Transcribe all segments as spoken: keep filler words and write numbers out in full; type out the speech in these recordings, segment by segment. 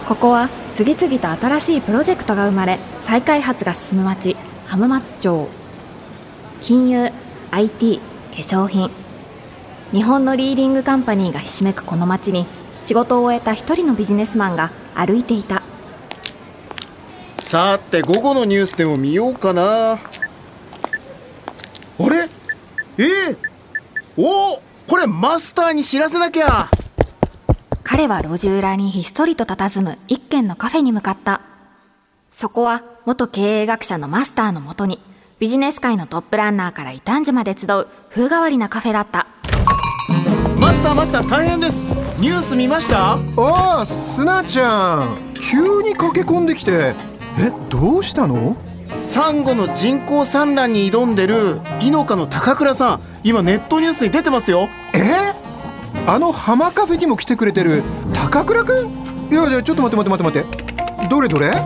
ここは次々と新しいプロジェクトが生まれ、再開発が進む町、浜松町。金融、アイティー、化粧品、日本のリーディングカンパニーがひしめくこの町に、仕事を終えた一人のビジネスマンが歩いていた。 さて午後のニュースでも見ようかな。あれえー、おお、これマスターに知らせなきゃ。 彼は路地裏にひっそりと佇む一軒のカフェに向かった。そこは元経営学者のマスターのもとに、ビジネス界のトップランナーから異端児まで集う風変わりなカフェだった。 マスターマスター大変です。ニュース見ました？ ああ、スナちゃん急に駆け込んできて、え、どうしたの？ サンゴの人工産卵に挑んでる井の科の高倉さん、今ネットニュースに出てますよ。 えあの浜カフェにも来てくれてる高倉くん？いやいや、ちょっと待って待って待って待って、どれどれ？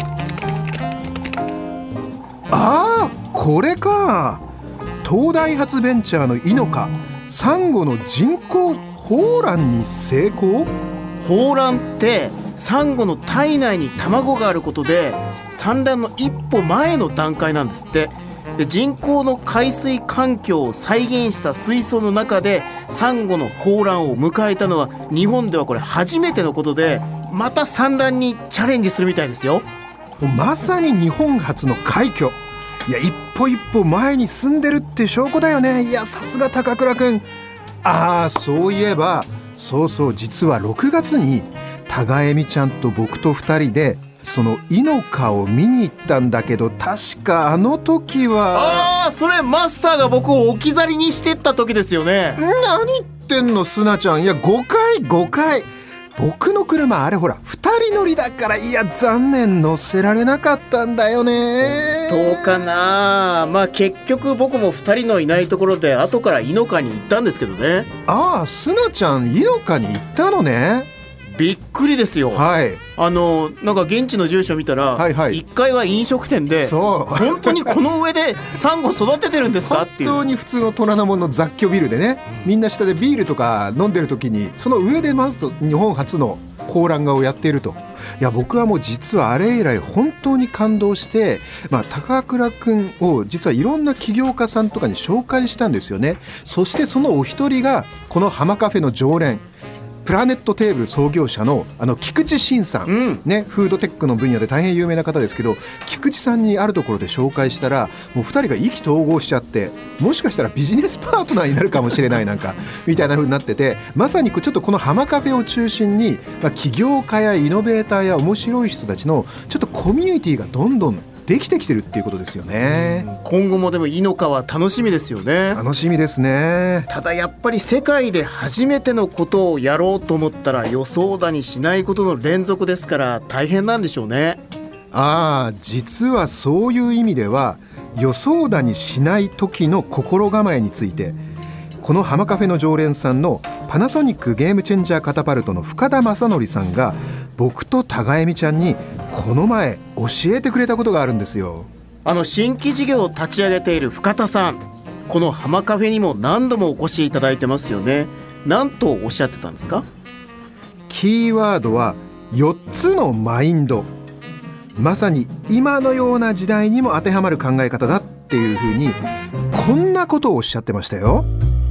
ああ、これか。東大発ベンチャーの井の科、サンゴの人工抱卵に成功？ 抱卵ってサンゴの体内に卵があることで産卵の一歩前の段階なんですって。で、人工の海水環境を再現した水槽の中でサンゴの抱卵を迎えたのは日本ではこれ初めてのことで、また産卵にチャレンジするみたいですよ。 まさに日本初の快挙。いや、一歩一歩前に進んでるって証拠だよね。いや、さすが高倉くん。ああ、そういえばそうそう、実はろくがつに高恵美ちゃんと僕とふたりでその井の科を見に行ったんだけど、確かあの時は。 ああ、それマスターが僕を置き去りにしてった時ですよね。 何言ってんのスナちゃん。いや、ごかいごかい。僕の車あれほらふたり乗りだから、いや残念乗せられなかったんだよね。 どうかな。まあ結局僕もふたりのいないところで後から井の科に行ったんですけどね。 ああ、スナちゃん井の科に行ったのね。 びっくりですよ。 はい。 あのなんか現地の住所見たら、はいはい、いっかいは飲食店で、そう本当にこの上でサンゴ育ててるんですかっていう。 本当に普通の虎ノ門の雑居ビルでね、みんな下でビールとか飲んでる時にその上でまず日本初の抱卵画をやっていると。いや、僕はもう実はあれ以来本当に感動して、まあ、高倉くんを実はいろんな起業家さんとかに紹介したんですよね。そしてそのお一人がこの浜カフェの常連、プラネットテーブル創業者のあの菊池慎さん、うんね、フードテックの分野で大変有名な方ですけど、菊池さんにあるところで紹介したらもうふたりが意気投合しちゃって、もしかしたらビジネスパートナーになるかもしれないなんかみたいな風になってて、まさにちょっとこの浜カフェを中心に、まあ、起業家やイノベーターや面白い人たちのちょっとコミュニティがどんどんできてきてるっていうことですよね。 今後もでも井の科は楽しみですよね。 楽しみですね。 ただやっぱり世界で初めてのことをやろうと思ったら予想だにしないことの連続ですから大変なんでしょうね。 ああ、実はそういう意味では予想だにしない時の心構えについて、この浜カフェの常連さんのパナソニックゲームチェンジャーカタパルトの深田正則さんが僕と高恵美ちゃんにこの前教えてくれたことがあるんですよ。 あの新規事業を立ち上げている深田さん、この浜カフェにも何度もお越しいただいてますよね。何とおっしゃってたんですか？ キーワードはよっつのマインド。まさに今のような時代にも当てはまる考え方だっていうふうに、こんなことをおっしゃってましたよ。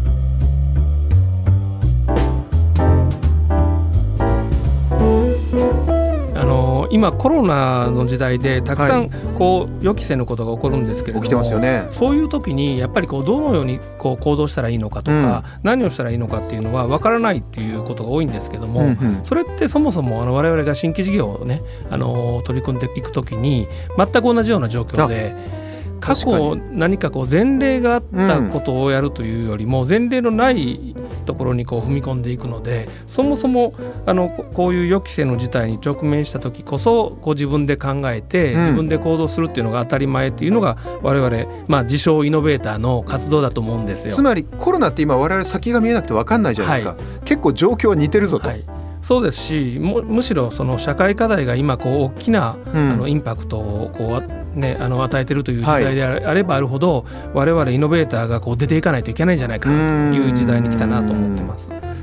今コロナの時代でたくさんこう予期せぬことが起こるんですけれども、 起きてますよね。 そういう時にやっぱりこうどのようにこう行動したらいいのかとか、うん、何をしたらいいのかっていうのは分からないっていうことが多いんですけども、うんうん、それってそもそもあの我々が新規事業をね、あの取り組んでいく時に全く同じような状況で、過去何かこう前例があったことをやるというよりも、前例のないところにこう踏み込んでいくので、そもそもあのこういう予期せぬ事態に直面した時こそこう自分で考えて自分で行動するっていうのが当たり前っていうのが我々、まあ、自称イノベーターの活動だと思うんですよ。 つまりコロナって今我々先が見えなくて分かんないじゃないですか、はい、結構状況は似てるぞと、はい、 そうですし、む、むしろその社会課題が今こう大きな、うん、あのインパクトをこう、ね、あの与えているという時代であればあるほど、はい、我々イノベーターがこう出ていかないといけないんじゃないかなという時代に来たなと思ってます。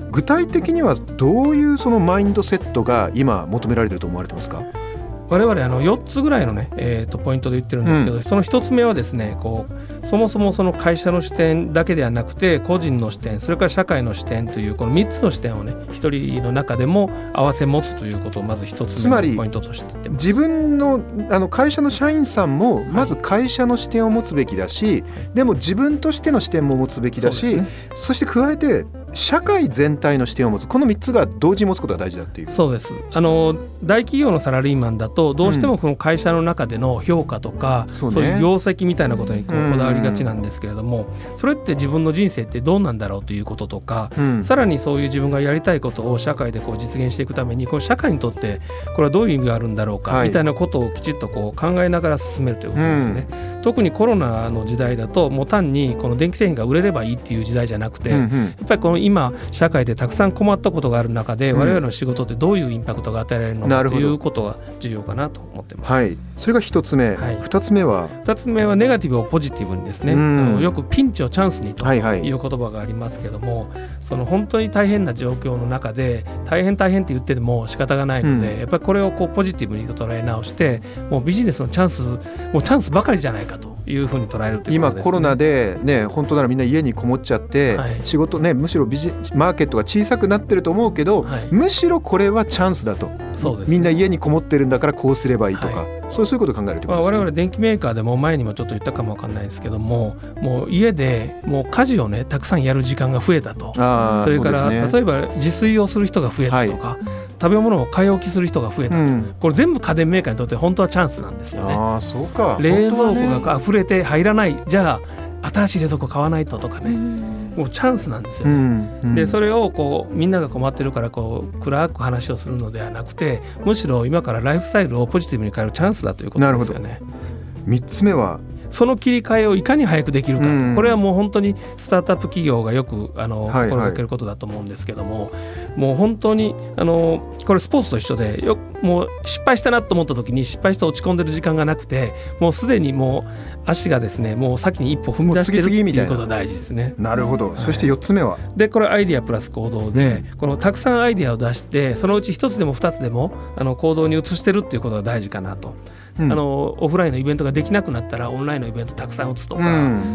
具体的にはどういうそのマインドセットが今求められていると思われてますか？ 我々あのよっつぐらいのね、えー、とポイントで言ってるんですけど、うん、そのひとつめはですね、こうそもそもその会社の視点だけではなくて個人の視点、それから社会の視点というこのみっつの視点をね一人の中でも併せ持つということをまずひとつめのポイントとして言ってます。 自分の、あの会社の社員さんもまず会社の視点を持つべきだし、はい、でも自分としての視点も持つべきだし、 そ,、ね、そして加えて社会全体の視点を持つ、このみっつが同時に持つことが大事だっていう。 そうです。あの大企業のサラリーマンだとどうしてもこの会社の中での評価とか、うん、そうね、そういう業績みたいなことにこうこだわりがちなんですけれども、それって自分の人生ってどうなんだろうということとか、うん、さらにそういう自分がやりたいことを社会でこう実現していくためにこの社会にとってこれはどういう意味があるんだろうか、はい、みたいなことをきちっとこう考えながら進めるということですね、うん、特にコロナの時代だともう単にこの電気製品が売れればいいっていう時代じゃなくて、うんうん、やっぱりこの今社会でたくさん困ったことがある中で、我々の仕事ってどういうインパクトが与えられるのかということが重要かなと思ってます。 はい、それが一つ目、はい、二つ目は二つ目はネガティブをポジティブにですね、うん、あのよくピンチをチャンスにという言葉がありますけども、はいはい、その本当に大変な状況の中で大変大変って言ってても仕方がないので、うん、やっぱりこれをこうポジティブに捉え直して、もうビジネスのチャンスもうチャンスばかりじゃないかというふうに捉えるということですね。 今コロナで、ね、本当ならみんな家にこもっちゃって、はい、仕事ね、むしろビジマーケットが小さくなってると思うけど、はい、むしろこれはチャンスだと。そうですね、みんな家にこもってるんだからこうすればいいとか、はい、そうそういうことを考えるということですね。 我々電機メーカーでも前にもちょっと言ったかもわかんないですけども、もう家でもう家事をねたくさんやる時間が増えたと。あ、それからそうですね、例えば自炊をする人が増えたとか、はい、食べ物を買い置きする人が増えたと、うん、これ全部家電メーカーにとって本当はチャンスなんですよね。 あ、そうか。 冷蔵庫が溢れて入らない、じゃあ新しい冷蔵庫買わないととかね、もうチャンスなんですよね、うんうん、でそれをこうみんなが困ってるからこう暗く話をするのではなくて、むしろ今からライフスタイルをポジティブに変えるチャンスだということですよね。なるほど。 みっつめはその切り替えをいかに早くできるかと、うん、これはもう本当にスタートアップ企業がよくあの、はいはい、心がけることだと思うんですけども、もう本当にあのこれスポーツと一緒で、よもう失敗したなと思った時に失敗して落ち込んでる時間がなくて、もうすでにもう足がですね、もう先に一歩踏み出してるっていうことが大事ですね。 なるほど、はい、そしてよっつめはで、これアイディアプラス行動で、うん、このたくさんアイディアを出してそのうちひとつでもふたつでもあの行動に移してるっていうことが大事かなと。うん、あのオフラインのイベントができなくなったらオンラインのイベントたくさん打つとか、うん、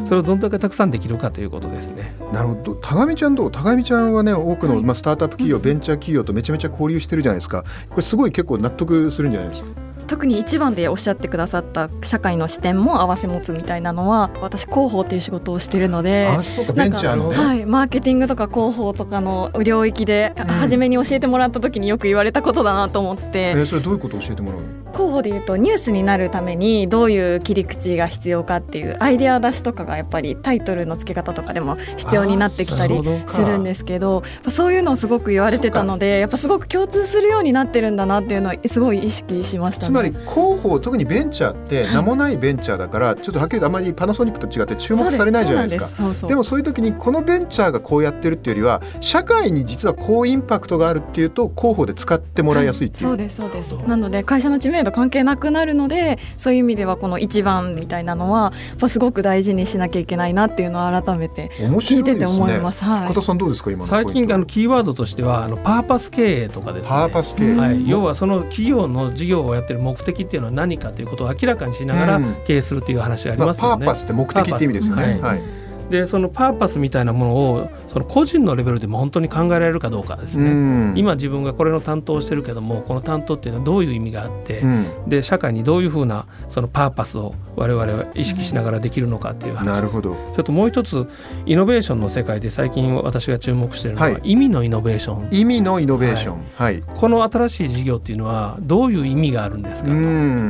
それをどんだけたくさんできるかということですね。 なるほど。高見ちゃんどう？高見ちゃんはね、多くの、はい、まあ、スタートアップ企業、ベンチャー企業とめちゃめちゃ交流してるじゃないですか。これすごい結構納得するんじゃないですか。 特に一番でおっしゃってくださった社会の視点も併せ持つみたいなのは、私広報っていう仕事をしているので、 あ、そうか、ベンチャーのね、 はい、マーケティングとか広報とかの領域で、うん、初めに教えてもらった時によく言われたことだなと思って、 えー、それどういうことを教えてもらうの？ 広報でいうとニュースになるためにどういう切り口が必要かっていうアイデア出しとかがやっぱりタイトルの付け方とかでも必要になってきたりするんですけど、そういうのをすごく言われてたので、やっぱすごく共通するようになってるんだなっていうのはすごい意識しましたね。 つまり広報、特にベンチャーって名もないベンチャーだから、ちょっとはっきりとあまりパナソニックと違って注目されないじゃないですか。そうです、そうなんです。そうそう。でもそういう時にこのベンチャーがこうやってるっていうよりは、社会に実はこうインパクトがあるっていうと広報で使ってもらいやすいっていう、 はい、そうですそうです。なので会社の知名度関係なくなるので、そういう意味ではこの一番みたいなのはやっぱすごく大事にしなきゃいけないなっていうのを改めて聞いてて思います。 はい、深田さんどうですか？今の最近あのキーワードとしてはあのパーパス経営とかですね。 パーパス経営、 はい、要はその企業の事業をやってる目的っていうのは何かということを明らかにしながら経営するという話がありますよね。 まあ、パーパスって目的って意味ですよね。はいはい、 でそのパーパスみたいなものをその個人のレベルでも本当に考えられるかどうかですね。うん、今自分がこれの担当をしてるけども、この担当っていうのはどういう意味があって、うん、で社会にどういうふうなそのパーパスを我々は意識しながらできるのかっていう話です。 なるほど。 それともう一つ、イノベーションの世界で最近私が注目しているのは、はい、意味のイノベーション。 意味のイノベーション、はいはい、 この新しい事業っていうのはどういう意味があるんですかと。うん、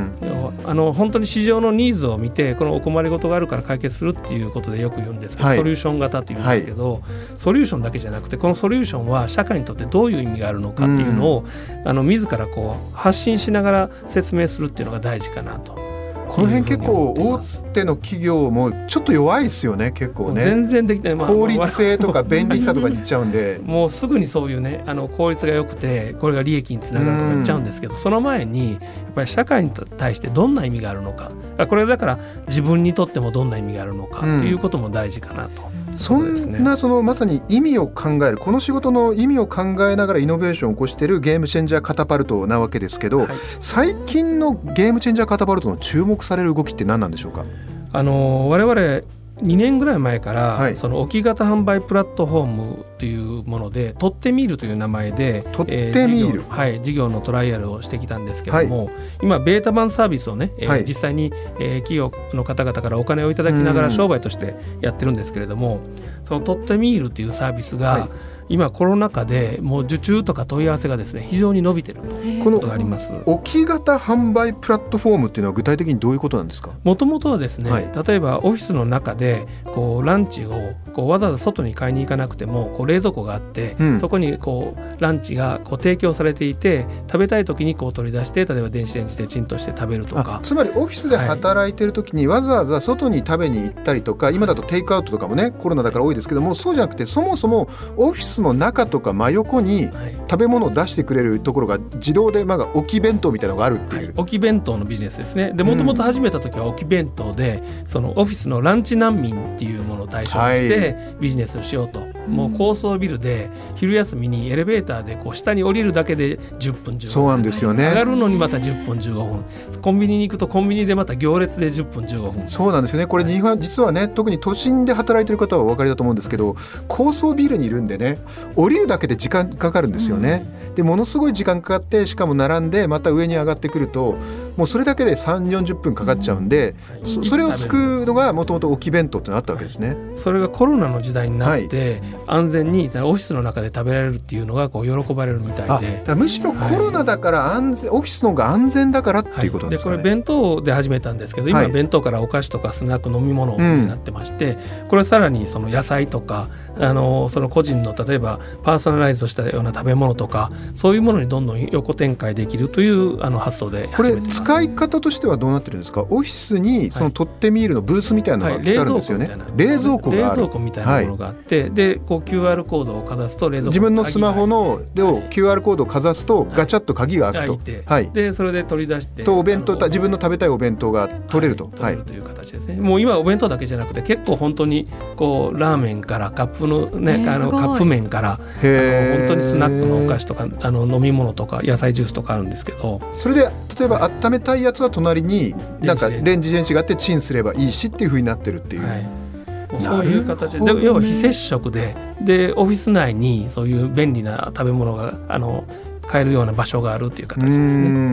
あの本当に市場のニーズを見て、このお困りごとがあるから解決するっていうことでよく言うんですけど、はい、ソリューション型っていうんですけど、はい、ソリューションだけじゃなくて、このソリューションは社会にとってどういう意味があるのかっていうのを、うん、あの自らこう発信しながら説明するっていうのが大事かなと。 この辺結構大手の企業もちょっと弱いですよね。結構ね、 全然できない、 まあ、効率性とか便利さとかにいっちゃうんでもうすぐにそういうね、あの効率が良くてこれが利益につながるとか言っちゃうんですけど、その前にやっぱり社会に対してどんな意味があるのか、これだから自分にとってもどんな意味があるのかということも大事かなと。 そんなそのまさに意味を考える、この仕事の意味を考えながらイノベーションを起こしているゲームチェンジャーカタパルトなわけですけど、はい、最近のゲームチェンジャーカタパルトの注目される動きって何なんでしょうか。 あの我々にねんぐらい前から、 はい、 その置き型販売プラットフォームというものでトッテミールという名前でトッテミール、 えー、事業、はい、事業のトライアルをしてきたんですけども、はい、今ベータ版サービスをね、えーはい、実際に、えー、企業の方々からお金をいただきながら商売としてやってるんですけれども、そのトッテミールというサービスが、はい、今コロナ禍でもう受注とか問い合わせがですね非常に伸びてるということがあります。 置き型販売プラットフォームっていうのは具体的にどういうことなんですか。 もともとはですね、 はい、 例えばオフィスの中でこうランチをこうわざわざ外に買いに行かなくてもこう冷蔵庫があって、うん、そこにこうランチがこう提供されていて、食べたい時にこう取り出して例えば電子レンジでチンとして食べるとか。 つまりオフィスで働いてる時にわざわざ外に食べに行ったりとか、今だとテイクアウトとかもねコロナだから多いですけども、そうじゃなくてそもそもオフィスの中とか真横に食べ物を出してくれるところが自動でまあ置き弁当みたいなのがあるっていう、はい、 置き弁当のビジネスですね。でもともと始めた時は置き弁当で、そのオフィスのランチ難民っていうものを対象にしてビジネスをしようと、はい、もう高層ビルで昼休みにエレベーターでこう下に降りるだけでじゅっぷんじゅうごふん、 そうなんですよね。 上がるのにまたじゅっぷんじゅうごふん、コンビニに行くとコンビニでまた行列でじゅっぷんじゅうごふん。 そうなんですよね。これ日本実はね、特に都心で働いてる方はお分かりだと思うんですけど、高層ビルにいるんでね、降りるだけで時間かかるんですよね、うん、でものすごい時間かかって、しかも並んでまた上に上がってくるともうそれだけでさんじゅう、よんじゅっぷんかかっちゃうんで、うん、そ, それを救うのがもともと置き弁当ってのあったわけですね、はい、 それがコロナの時代になって、はい、安全にオフィスの中で食べられるっていうのがこう喜ばれるみたいで、 あむしろコロナだから安全、はい、オフィスの方が安全だからっていうことなんですかね、 はい、でこれ弁当で始めたんですけど、今、はい、弁当からお菓子とかスナック飲み物になってまして、うん、これさらにその野菜とかあのその個人の例えばパーソナライズしたような食べ物とか、そういうものにどんどん横展開できるというあの発想で始めています。 これ使い方としてはどうなってるんですか。オフィスにそのトッテミールのブースみたいなのが来たんですよね、はい、冷蔵庫がある、 冷蔵庫みたいなものがあって、はい、でこう キューアール コードをかざすと冷蔵庫、 自分のスマホのでを キューアール コードをかざすとガチャッと鍵が開くと、 はい、でそれで取り出してとお弁当、自分の食べたいお弁当が取れると、 はい、取れるという形ですね。もう今お弁当だけじゃなくて結構本当にこうラーメンからカップのね、あのカップ麺からあの本当にスナックのお菓子とかあの飲み物とか野菜ジュースとかあるんですけど、 それで例えば温めたいやつは隣になんかレンジ電子があってチンすればいいしっていう風になってるっていう、はい、 そういう形で、で要は非接触で、でオフィス内にそういう便利な食べ物があの買えるような場所があるっていう形ですね。うん、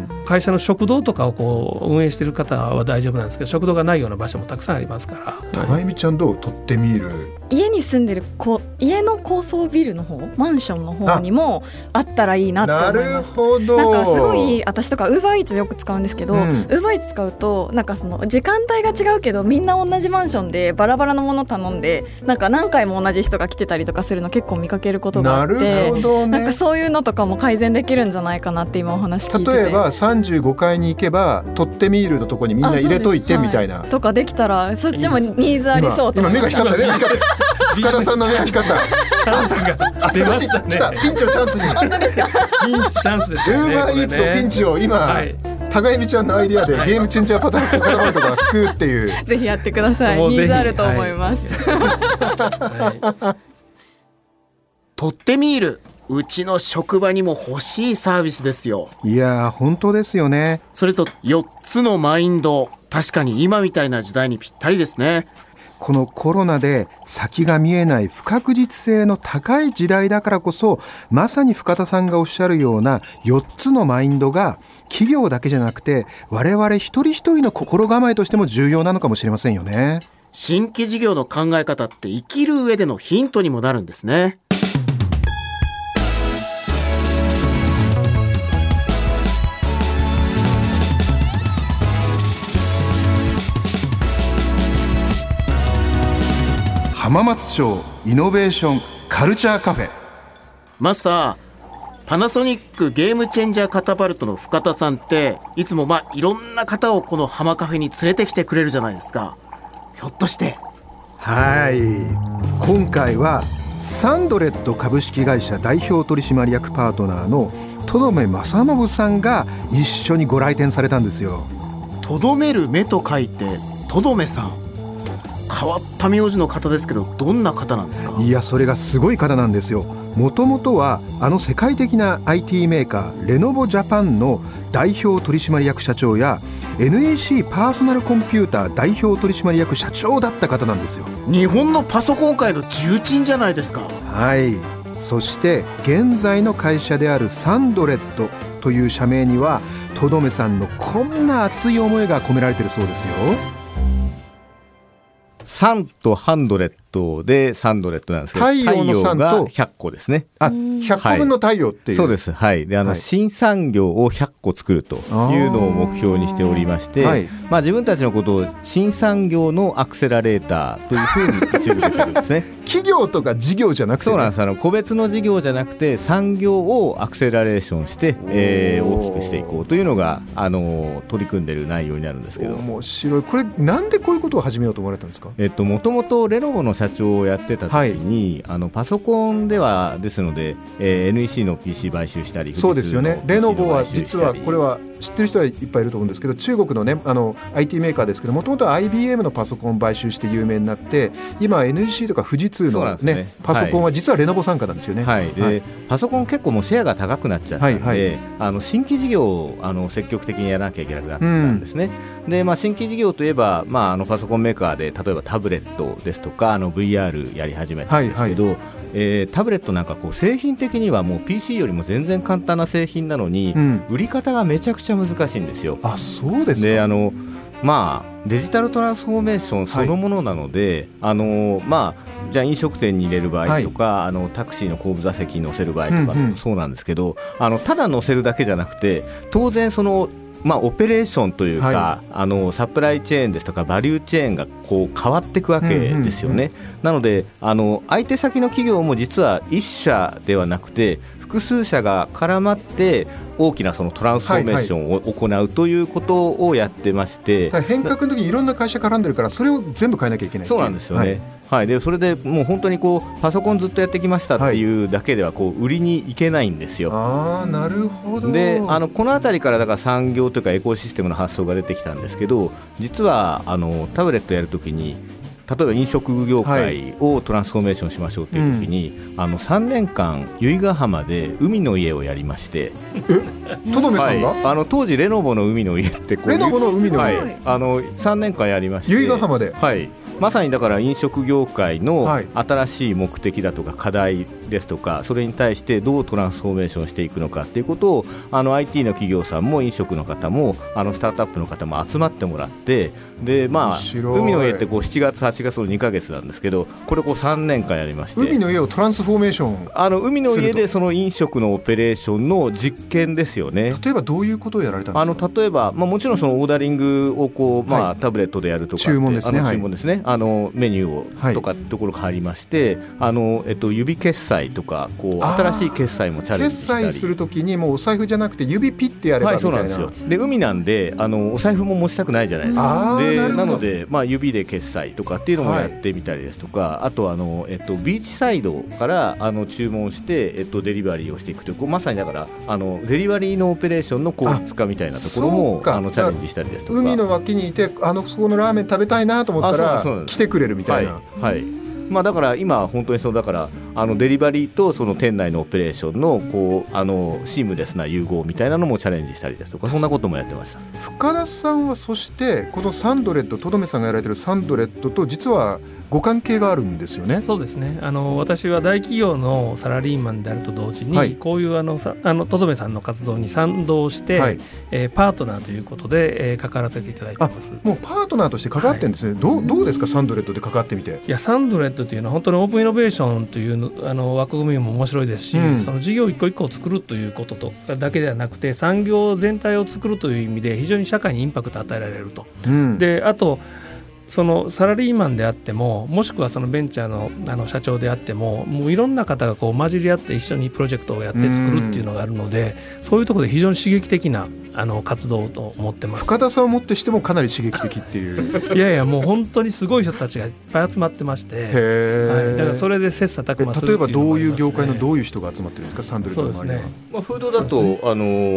会社の食堂とかをこう運営している方は大丈夫なんですけど、食堂がないような場所もたくさんありますから。 高井美ちゃんどう取ってみる。 家に住んでるこ家の高層ビルの方、マンションの方にもあったらいいなって思いました。 なるほど。 なんかすごい私とか Uber Eats よく使うんですけど、うん、Uber Eats 使うとなんかその時間帯が違うけどみんな同じマンションでバラバラのもの頼んで、なんか何回も同じ人が来てたりとかするの結構見かけることがあって、 なるほどね、 なんかそういうのとかも改善できるんじゃないかなって今お話聞いてて、 例えばさんじゅうごかいに行けば取ってミールのとこにみんな入れといてみたいな、 はい、とかできたらそっちもニーズありそうと思います。 今目が光った目が光った深田さんの目が光ったチャンスが出ましたね。 来たピンチをチャンスに。 本当ですか。 ピンチチャンスですよね。 Uber Eatsのピンチを今、はい、高井美ちゃんのアイディアでゲームチェンジャーパターンパターンとか救うっていう。 ぜひやってください。ニーズあると思います。 はい、取ってミール、うちの職場にも欲しいサービスですよ。 いや本当ですよね。 それとよっつのマインド、確かに今みたいな時代にぴったりですね。 このコロナで先が見えない不確実性の高い時代だからこそ、まさに深田さんがおっしゃるようなよっつのマインドが企業だけじゃなくて我々一人一人の心構えとしても重要なのかもしれませんよね。 新規事業の考え方って生きる上でのヒントにもなるんですね。 浜松町イノベーションカルチャーカフェ。 マスター、パナソニックゲームチェンジャーカタパルトの深田さんっていつもまあいろんな方をこの浜カフェに連れてきてくれるじゃないですか。ひょっとして。 はい、今回はサンドレット株式会社代表取締役パートナーのとどめ正信さんが一緒にご来店されたんですよ。 とどめる目と書いてとどめさん、 変わった名字の方ですけど、どんな方なんですか？ いや、それがすごい方なんですよ。もともとはあの世界的な アイティー メーカーレノボジャパンの代表取締役社長や エヌイーシー パーソナルコンピューター代表取締役社長だった方なんですよ。 日本のパソコン界の重鎮じゃないですか。 はい。そして現在の会社であるサンドレッドという社名にはとどめさんのこんな熱い思いが込められているそうですよ。 サンとハンドレットでサンドレットなんですけど、 太陽のサンと太陽がひゃっこですね。 あ、ひゃっこぶんの太陽っていう、 はい、そうです。はい。で、あの、はい、新産業をひゃっこ作るというのを目標にしておりまして、はい、まあ自分たちのことを新産業のアクセラレーターというふうに位置づけてるんですね。 企業とか事業じゃなくて、ね、 そうなんです。あの個別の事業じゃなくて産業をアクセラレーションして、えー、大きくしていこうというのがあの取り組んでいる内容になるんですけど。 面白い。これなんでこういうことを始めようと思われたんですか？ えっともともとレノボの社長をやってた時に、はい、あのパソコンではですので、えー、エヌイーシー の ピーシー 買収したり、 そうですよね。レノボは実はこれは知ってる人はいっぱいいると思うんですけど、中国のね、あの アイティー メーカーですけど、もともとは アイビーエム のパソコンを買収して有名になって、今 エヌイーシー とか富士通の、ねね、パソコンは実はレノボ傘下なんですよね。 はいではい、パソコン結構もうシェアが高くなっちゃったので、はいはい、あの新規事業をあの積極的にやらなきゃいけなくなったんですね。うん、でまあ、新規事業といえば、まあ、あのパソコンメーカーで例えばタブレットですとかあの ブイアール やり始めたんですけど、はいはい、えー、タブレットなんかこう製品的にはもう ピーシー よりも全然簡単な製品なのに、うん、売り方がめちゃくちゃ難しいんですよ。 あ、そうですか。 であのまあ、デジタルトランスフォーメーションそのものなので、はい、あのまあ、じゃあ飲食店に入れる場合とか、はい、あのタクシーの後部座席に乗せる場合とかそうなんですけど、うんうん、あのただ乗せるだけじゃなくて当然そのまあ、オペレーションというか、はい、あのサプライチェーンですとかバリューチェーンがこう変わっていくわけですよね。うんうんうん、なのであの相手先の企業も実は一社ではなくて複数社が絡まって大きなそのトランスフォーメーションを行うということをやってまして、 はいはい、変革の時にいろんな会社絡んでるからそれを全部変えなきゃいけない。 そうなんですよね。はいはい、でそれでもう本当にこうパソコンずっとやってきましたっていうだけではこう売りにいけないんですよ。 あー、なるほど。 であのこのあたりからだから産業というかエコシステムの発想が出てきたんですけど、実はあのタブレットやるときに例えば飲食業界をトランスフォーメーションしましょうというときに、うん、あのさんねんかん由比ヶ浜で海の家をやりまして、 えとどめさんが、はい、 あの当時レノボの海の家ってこうレノボの海の家、 はい、あのさんねんかんやりまして由比ヶ浜で、 はい、まさにだから飲食業界の新しい目的だとか課題ですとか、それに対してどうトランスフォーメーションしていくのかということをあの アイティー の企業さんも飲食の方もあのスタートアップの方も集まってもらって、で、まあ、海の家ってこうしちがつはちがつのにかげつなんですけど、これこうさんねんかんやりまして、 海の家をトランスフォーメーションあの海の家でその飲食のオペレーションの実験ですよね。 例えばどういうことをやられたんですか？ あの例えば、まあ、もちろんそのオーダリングをこう、まあはい、タブレットでやるとか注文ですね。 あの注文ですね、はい、あのメニューをとかってところが入りまして、はい、あのえっと、指決済とかこう新しい決済もチャレンジしたり、 決済するときにもうお財布じゃなくて指ピッてやればみたいな、 はい、そうなんですよ。で海なんであのお財布も持ちたくないじゃないですか。で な, なので、まあ、指で決済とかっていうのもやってみたりですとか、はい、あとあの、えっと、ビーチサイドからあの注文して、えっと、デリバリーをしていくという、こうまさにだからあのデリバリーのオペレーションの効率化みたいなところもあのチャレンジしたりですとか、 海の脇にいてあのそこのラーメン食べたいなと思ったら来てくれるみたいな、 はいはい、まあ、だから今本当にそうだからあのデリバリーとその店内のオペレーションのこうあのシームレスな融合みたいなのもチャレンジしたりですとか、そんなこともやってました。 深田さんはそしてこのサンドレッド、とどめさんがやられているサンドレッドと実はご関係があるんですよね。 そうですね。あの私は大企業のサラリーマンであると同時に、はい、こういうあのさあのとどめさんの活動に賛同して、はい、えー、パートナーということで、えー、関わらせていただいています。 もうパートナーとして関わってるんですね。はい、どう、どうですかサンドレッドで関わってみて。 いやサンドレッドというのは本当にオープンイノベーションというのあの枠組みも面白いですし、うん、その事業一個一個を作るということとだけではなくて産業全体を作るという意味で非常に社会にインパクトを与えられると、うん、であとそのサラリーマンであってももしくはそのベンチャー の, あの社長であってももういろんな方がこう混じり合って一緒にプロジェクトをやって作るっていうのがあるので、うん、そういうところで非常に刺激的なあの活動と思ってます。 深田さんをもってしてもかなり刺激的っていういやいやもう本当にすごい人たちがいっぱい集まってまして、 へ、 はい、だからそれで切磋琢磨するっていうのもありますね。 例えばどういう業界のどういう人が集まってるんですかサンドレッドの周りは。 そうですね、まあ、フードだとあの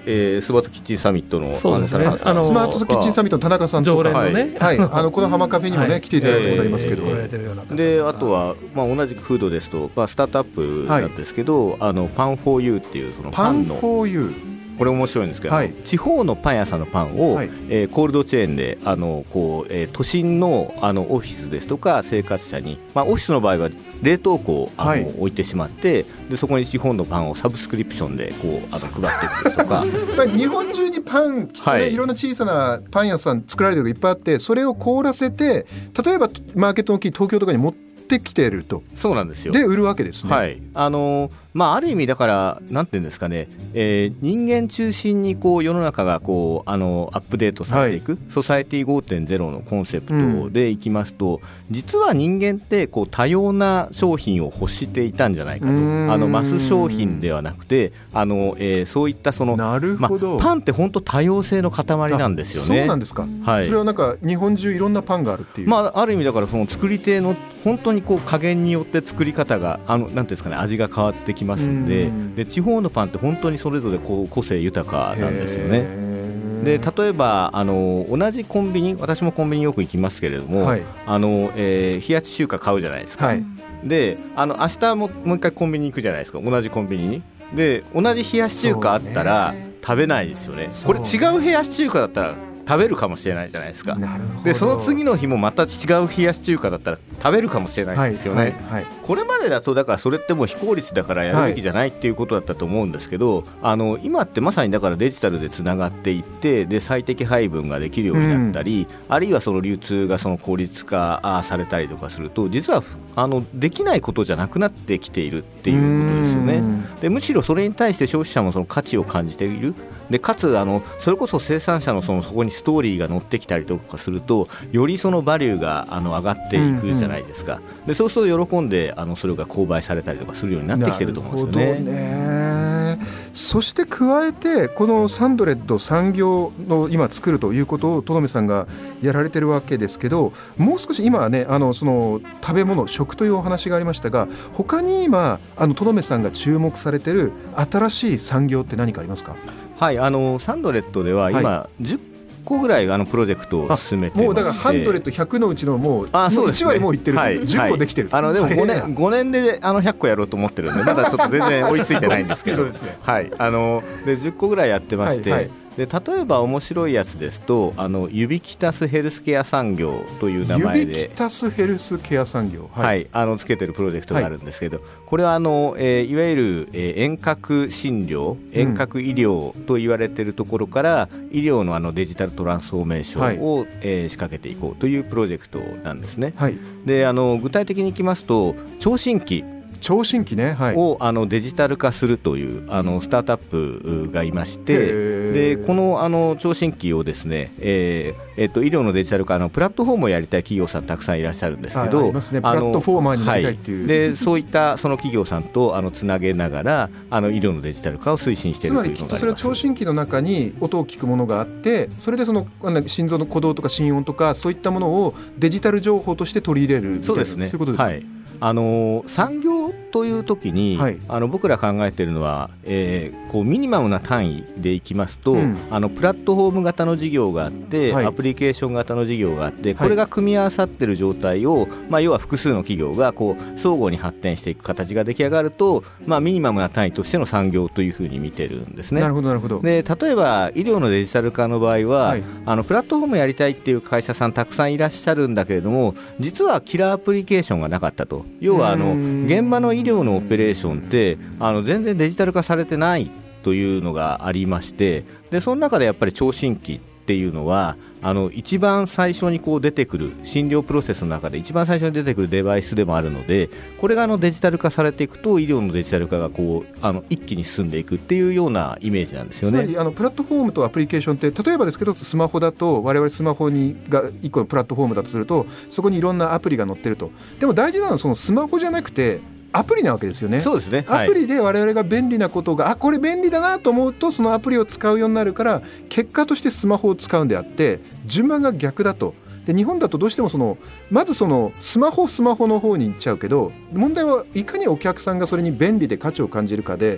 えー、スマートキッチンサミットのそうですね、 あの田中さん、 あのスマートキッチンサミットの田中さんとか常連のね、 はい、あのこの浜カフェにもね、 はい来ていただいたことありますけど、 言われてるような方であとは、まあ、同じくフードですと、まあ、スタートアップなんですけど、あのパンフォーユーっていうそのパンフパンのォーユー、 これ面白いんですけど、 はい地方のパン屋さんのパンを、 はいえーコールドチェーンであのこう、えー都心のあのオフィスですとか生活者に、まあ、オフィスの場合は冷凍庫をあの、 はい置いてしまって、でそこに地方のパンをサブスクリプションでこうあの配っていくですとかまあ日本中にパン、 はいいろんな小さなパン屋さん作られてるのがいっぱいあって、それを凍らせて、例えばマーケットの大きい東京とかに持ってきてると、 そうなんですよ。 で売るわけですね。 はいあのーまあ、ある意味だからなんていうんですかね、えー人間中心にこう世の中がこうあのアップデートされていく、ソサエティ ごてんゼロ のコンセプトでいきますと、実は人間ってこう多様な商品を欲していたんじゃないかと、 うーんあのマス商品ではなくて、あの、えーそういったその、 なるまほど、 あ、パンって本当多様性の塊なんですよね。 そうなんですか、 はいそれはなんか日本中いろんなパンがあるっていう、 まあ、ある意味だからその作り手の本当にこう加減によって作り方があのなんていうんですかね、味が変わってきますんで、 うんで地方のパンって本当にそれぞれこう個性豊かなんですよね。 へーで例えばあの同じコンビニ、私もコンビニよく行きますけれども、 はいあのえー冷やし中華買うじゃないですか、 はい、 であの明日ももう一回コンビニ行くじゃないですか、同じコンビニに。で同じ冷やし中華あったら食べないですよね。これ違う冷やし中華だったら食べるかもしれないじゃないですか。 なるほど。 でその次の日もまた違う冷やし中華だったら食べるかもしれないんですよね、 はいはいはい、 これまでだとだからそれってもう非効率だからやるべきじゃないっていうことだったと思うんですけど、あの今ってまさにだからデジタルでつながっていってで最適配分ができるようになったり、うん、あるいはその流通がその効率化されたりとかすると実はあのできないことじゃなくなってきているっていうことですよね。でむしろそれに対して消費者もその価値を感じている。でかつあのそれこそ生産者の そのそこにストーリーが乗ってきたりとかするとよりそのバリューがあの上がっていくじゃないですか、うんうん、でそうすると喜んであのそれが購買されたりとかするようになってきてると思うんですよね。 なるほどね。そして加えてこのサンドレッド産業の今作るということをとどめさんがやられてるわけですけど、もう少し今はねあのその食べ物食というお話がありましたが、他に今あのとどめさんが注目されてる新しい産業って何かありますか？ はい、あのサンドレッドでは今じゅっこぐらいあのプロジェクトを進めてまして、 もうだからハンドレッドひゃくのうちのもう、 あそうですね、 もういち割もういってる、はい、じゅっこできてる、 はい、あのでも ごねん, ごねんであのひゃっこやろうと思ってるんでまだちょっと全然追いついてないんですけどですね、 はい、あのでじゅっこぐらいやってまして、はいはい、で例えば面白いやつですとあのユビキタスヘルスケア産業という名前でユビキタスヘルスケア産業、 はいはい、あのつけてるプロジェクトがあるんですけど、はい、これはあの、えー、いわゆる、えー、遠隔診療遠隔医療と言われているところから、うん、医療の、あのデジタルトランスフォーメーションを、はいえー、仕掛けていこうというプロジェクトなんですね、はい、であの具体的にいきますと聴診器聴診器ね、はい、 をあのデジタル化するというあのスタートアップがいまして、でこのあの聴診器をですね、えーえー、と医療のデジタル化のプラットフォームをやりたい企業さんたくさんいらっしゃるんですけど、 はいありますね、プラットフォーマーになりたいっていう、 はい、でそういったその企業さんとあのつなげながらあの医療のデジタル化を推進しているというのがあります。 つまりきっとそれは聴診器の中に音を聞くものがあって、それでその心臓の鼓動とか心音とかそういったものをデジタル情報として取り入れるみたいな、 そうですね、 そういうことですか。 はいあの産業という時に、はい、あの僕ら考えているのは、えー、こうミニマムな単位でいきますと、うん、あのプラットフォーム型の事業があって、はい、アプリケーション型の事業があって、これが組み合わさっている状態を、まあ、要は複数の企業がこう相互に発展していく形が出来上がると、まあ、ミニマムな単位としての産業というふうに見てるんですね。 なるほどなるほど。 で例えば医療のデジタル化の場合は、はい、あのプラットフォームやりたいっていう会社さんたくさんいらっしゃるんだけれども、実はキラーアプリケーションがなかったと。要はあの現場の医療のオペレーションってあの全然デジタル化されてないというのがありまして、でその中でやっぱり聴診器っていうのはあの一番最初にこう出てくる診療プロセスの中で一番最初に出てくるデバイスでもあるので、これがあのデジタル化されていくと医療のデジタル化がこうあの一気に進んでいくっていうようなイメージなんですよね。 つまりあのプラットフォームとアプリケーションって例えばですけど、スマホだと我々スマホにが一個のプラットフォームだとするとそこにいろんなアプリが載ってると。でも大事なのはそのスマホじゃなくてアプリなわけですよね。 そうですね、はい、 アプリで我々が便利なことがあこれ便利だなと思うとそのアプリを使うようになるから、結果としてスマホを使うんであって順番が逆だと。で日本だとどうしてもそのまずそのスマホスマホの方に行っちゃうけど、問題はいかにお客さんがそれに便利で価値を感じるかで、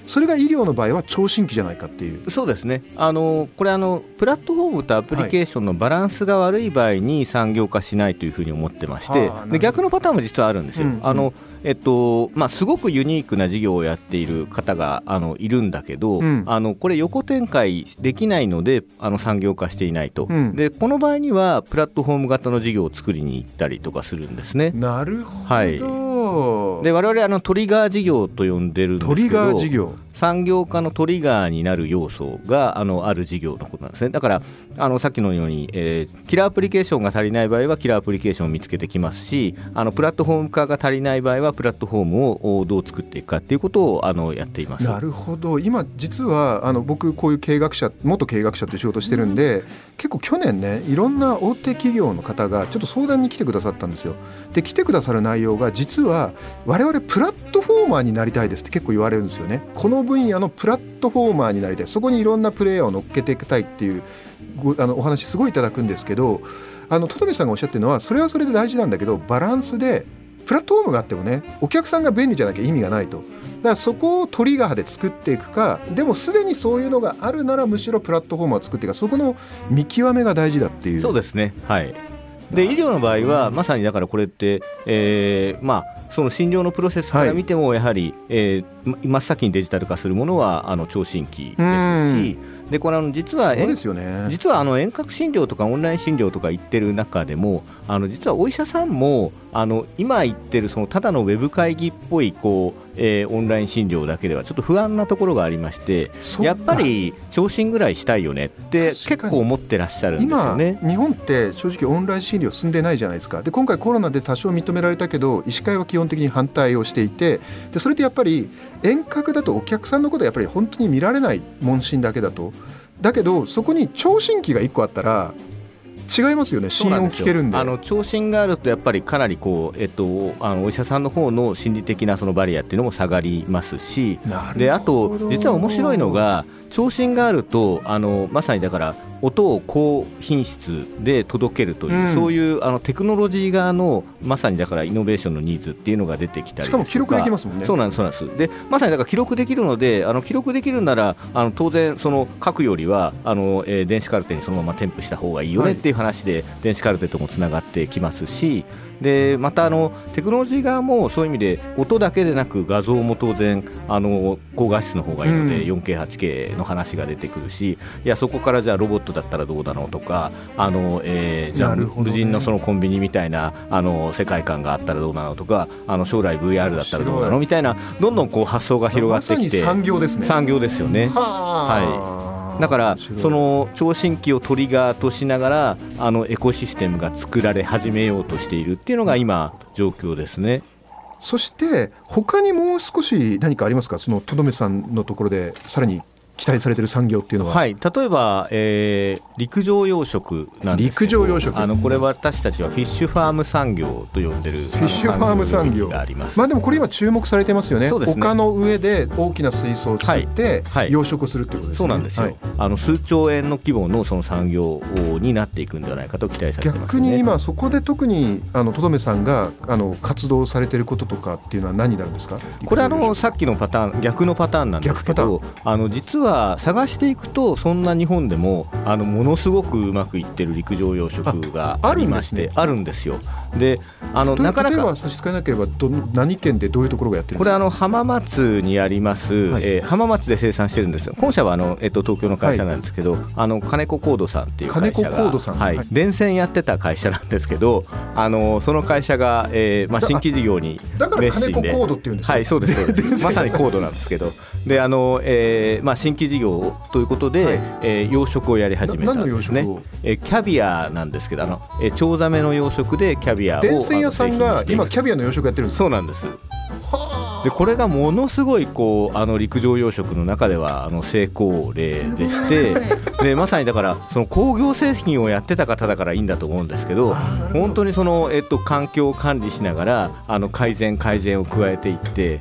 それが医療の場合は聴診器じゃないかっていう。 そうですね。あのこれあのプラットフォームとアプリケーションのバランスが悪い場合に産業化しないというふうに思ってまして、 はあ、 で逆のパターンも実はあるんですよ。うんうん、あのえっとまあ、すごくユニークな事業をやっている方があのいるんだけど、うん、あのこれ横展開できないのであの産業化していないと、うん、でこの場合にはプラットフォーム型の事業を作りに行ったりとかするんですね。 なるほど、 はい、で我々あのトリガー事業と呼んでるんですけど、トリガー事業、産業化のトリガーになる要素が あのある事業のことなんですね。だからあのさっきのように、えー、キラーアプリケーションが足りない場合はキラーアプリケーションを見つけてきますし、あのプラットフォーム化が足りない場合はプラットフォームをどう作っていくかっていうことをあのやっています。 なるほど。今実はあの僕こういう経営学者、元経営学者という仕事してるんで、うん、結構去年ねいろんな大手企業の方がちょっと相談に来てくださったんですよ。で来てくださる内容が実は我々プラットフォーマーになりたいですって結構言われるんですよね。この分野のプラットフォーマーになりたい、そこにいろんなプレイヤーを乗っけていきたいっていうごあのお話すごいいただくんですけど、あの戸留さんがおっしゃってるのはそれはそれで大事なんだけど、バランスでプラットフォームがあってもねお客さんが便利じゃなきゃ意味がないと。だからそこをトリガーで作っていくか、でもすでにそういうのがあるならむしろプラットフォームを作っていくか、そこの見極めが大事だっていう。 そうですね、はい。で医療の場合はまさにだからこれって、えー、まあその診療のプロセスから見てもやはり、はい、えー、真っ先にデジタル化するものはあの聴診器ですし、でこれあの実はそうですよね、 実はあの遠隔診療とかオンライン診療とか言ってる中でも、あの実はお医者さんもあの今言ってるそのただのウェブ会議っぽいこう、えー、オンライン診療だけではちょっと不安なところがありまして、やっぱり聴診ぐらいしたいよねって結構思ってらっしゃるんですよね。 今日本って正直オンライン診療進んでないじゃないですか。で今回コロナで多少認められたけど医師会は基本的に反対をしていて、でそれってやっぱり遠隔だとお客さんのことはやっぱり本当に見られない問診だけだと。だけどそこに聴診器がいっこあったら違いますよね。診音聞けるんで、 あの聴診があるとやっぱりかなりこう、えっと、あのお医者さんの方の心理的なそのバリアっていうのも下がりますし、であと実は面白いのが聴診があるとあのまさにだから音を高品質で届けるという、うん、そういうあのテクノロジー側のまさにだからイノベーションのニーズっていうのが出てきたり、 しかも記録できますもんね。 そうなんです、そうなんです。でまさにだから記録できるので、あの記録できるならあの当然その書くよりはあの、えー、電子カルテにそのまま添付した方がいいよねっていう話で、はい、電子カルテともつながってきますし、でまたあのテクノロジー側もそういう意味で音だけでなく画像も当然あの高画質の方がいいので、うん、よんケーはちケー の話が出てくるし、いやそこからじゃあロボットだったらどうだろうとか、あの、えー、じゃあ、ね、無人のそのコンビニみたいなあの世界観があったらどうなのとか、あの将来 ブイアール だったらどうなのみたいな、どんどんこう発想が広がってきて、 まさに産業ですね。 産業ですよね。はい、だからその聴診器をトリガーとしながらあのエコシステムが作られ始めようとしているっていうのが今状況ですね。 そして他にもう少し何かありますか、その戸留さんのところでさらに期待されている産業っていうのは。 はい、例えば、えー、陸上養殖なんですけど、陸上養殖、あのこれ私たちはフィッシュファーム産業と呼んでるフィッシュファーム産業があります。まあでもこれ今注目されてますよね。そうですね、丘の上で大きな水槽を作って養殖をするっていうことですね。 そうなんですよ、はい、あの数兆円の規模のその産業になっていくんではないかと期待されてますね。 逆に今そこで特にあの戸留さんがあの活動されていることとかっていうのは何になるんですか。 これあのさっきのパターン逆のパターンなんですけど、あの実は探していくとそんな日本でもあのものすごくうまくいってる陸上養殖がありまして、あるんですよ。であのなかなか例えば差し支えなければど何県でどういうところがやってるんですか。 これあの浜松にあります、はい、えー、浜松で生産してるんですよ。本社はあの、えっと、東京の会社なんですけど、はい、あの金子コードさんっていう会社が金子コードさん、 はいはい、電線やってた会社なんですけど、あのその会社が、えーまあ、新規事業に熱心で、 だから金子コードっていうんですか。 はい、そうですそうですまさにコードなんですけど、であの、えーまあ、新規事業ということで、はい、えー、養殖をやり始めたんですね。えー、キャビアなんですけど、あの、えー、チョウザメの養殖でキャビアを電線屋さんが今キャビアの養殖やってるんですか。 そうなんです。でこれがものすごいこうあの陸上養殖の中ではあの成功例でして、でまさにだからその工業製品をやってた方だからいいんだと思うんですけど、本当にその、えっと、環境を管理しながらあの改善改善を加えていって、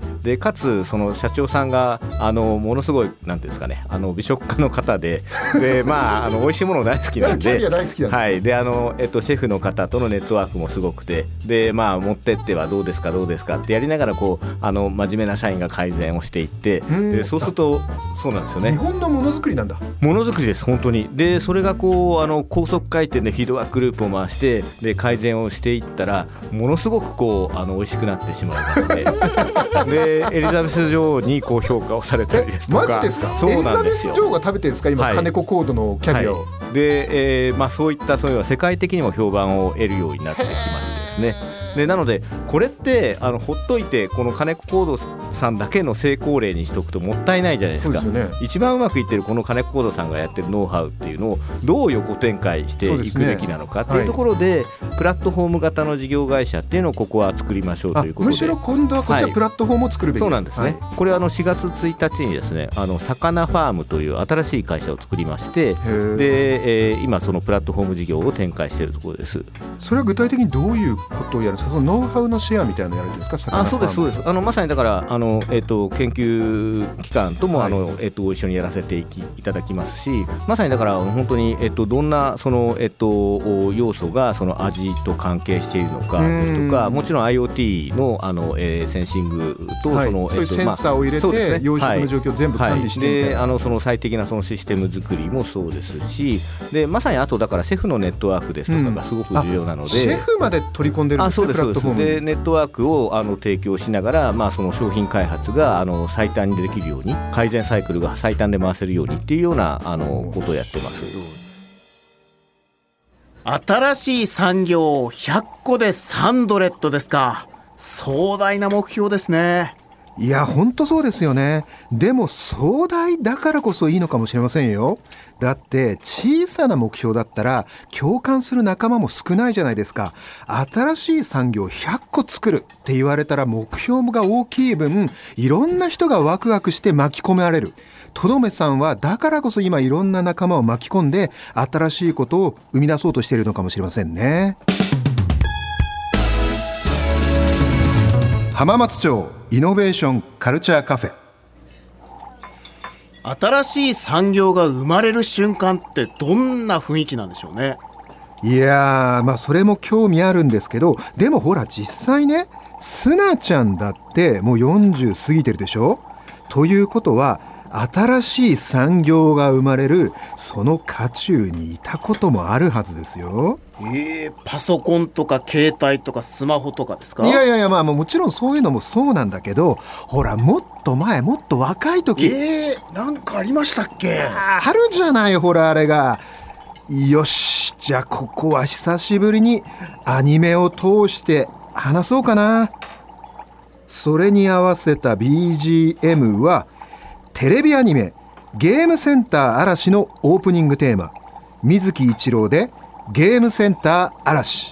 でかつその社長さんがあのものすごいなんていうんですかね、あの美食家の方で、でまああの美味しいもの大好きなんで、 キャビア大好きなんです、 はい、であの、えっと、シェフの方とのネットワークもすごくて、でまあ持ってってはどうですかどうですかってやりながらこうあのの真面目な社員が改善をしていって、でそうするとそうなんですよね。 日本のものづくりなんだ。 ものづくりです本当に。でそれがこうあの高速回転でフィードバックループを回してで改善をしていったらものすごくこうあの美味しくなってしまいましてでエリザベス女王にこう評価をされたりですとか。 マジですか。 そうなんですよ。 エリザベス女王が食べてるんですか今、はい、金子コードのキャビアを、はい、 で、えーまあ、そういったそういう世界的にも評判を得るようになってきましてですね。でなのでこれってあのほっといてこの金子コードさんだけの成功例にしとくともったいないじゃないですか。 そうですよね。 一番うまくいってるこの金子コードさんがやってるノウハウっていうのをどう横展開していくべきなのかっていうところで、はい、プラットフォーム型の事業会社っていうのをここは作りましょうということで。 むしろ今度はこっちはプラットフォームを作るべき、 はい、そうなんですね、はい、これはあのしがつついたちにですねあの魚ファームという新しい会社を作りましてで、えー、今そのプラットフォーム事業を展開しているところです。 それは具体的にどういうことをやるんですか。そのノウハウのシェアみたいなのやるんですか。 あそうですそうです。あのまさにだからあの、えー、と研究機関とも、はい、あのえー、と一緒にやらせて い, きいただきますしまさにだから本当に、えー、とどんなその、えー、と要素がその味と関係しているのかですとかもちろん IoT の, あの、えー、センシングと、 はい、 その、 そういうセンサーを入れて、まあね、養殖の状況を全部管理してみたいな、 はいはい、であのその最適なそのシステム作りもそうですしでまさにあとだからシェフのネットワークですとかがすごく重要なので、うん、 シェフまで取り込んでるんですね。 あそうですそうです。でネットワークをあの提供しながら、まあ、その商品開発があの最短にできるように改善サイクルが最短で回せるようにっていうようなあのことをやってます。 新しい産業ひゃっこでさんドレッドですか。壮大な目標ですね。 いや本当そうですよね。でも壮大だからこそいいのかもしれませんよ。だって小さな目標だったら共感する仲間も少ないじゃないですか。新しい産業ひゃっこ作るって言われたら目標が大きい分いろんな人がワクワクして巻き込まれる。とどめさんはだからこそ今いろんな仲間を巻き込んで新しいことを生み出そうとしているのかもしれませんね。浜松町イノベーションカルチャーカフェ。 新しい産業が生まれる瞬間ってどんな雰囲気なんでしょうね。 いやーまあそれも興味あるんですけどでもほら実際ねスナちゃんだってもうよんじゅう過ぎてるでしょ。ということは新しい産業が生まれるその渦中にいたこともあるはずですよ。 えー、パソコンとか携帯とかスマホとかですか。 いやいやいやまあもちろんそういうのもそうなんだけどほらもっと前もっと若い時えー、なんかありましたっけ。 ああるじゃないほらあれが。よしじゃあここは久しぶりにアニメを通して話そうかな。それに合わせた ビージーエム はテレビアニメゲームセンター嵐のオープニングテーマ水木一郎でゲームセンター嵐。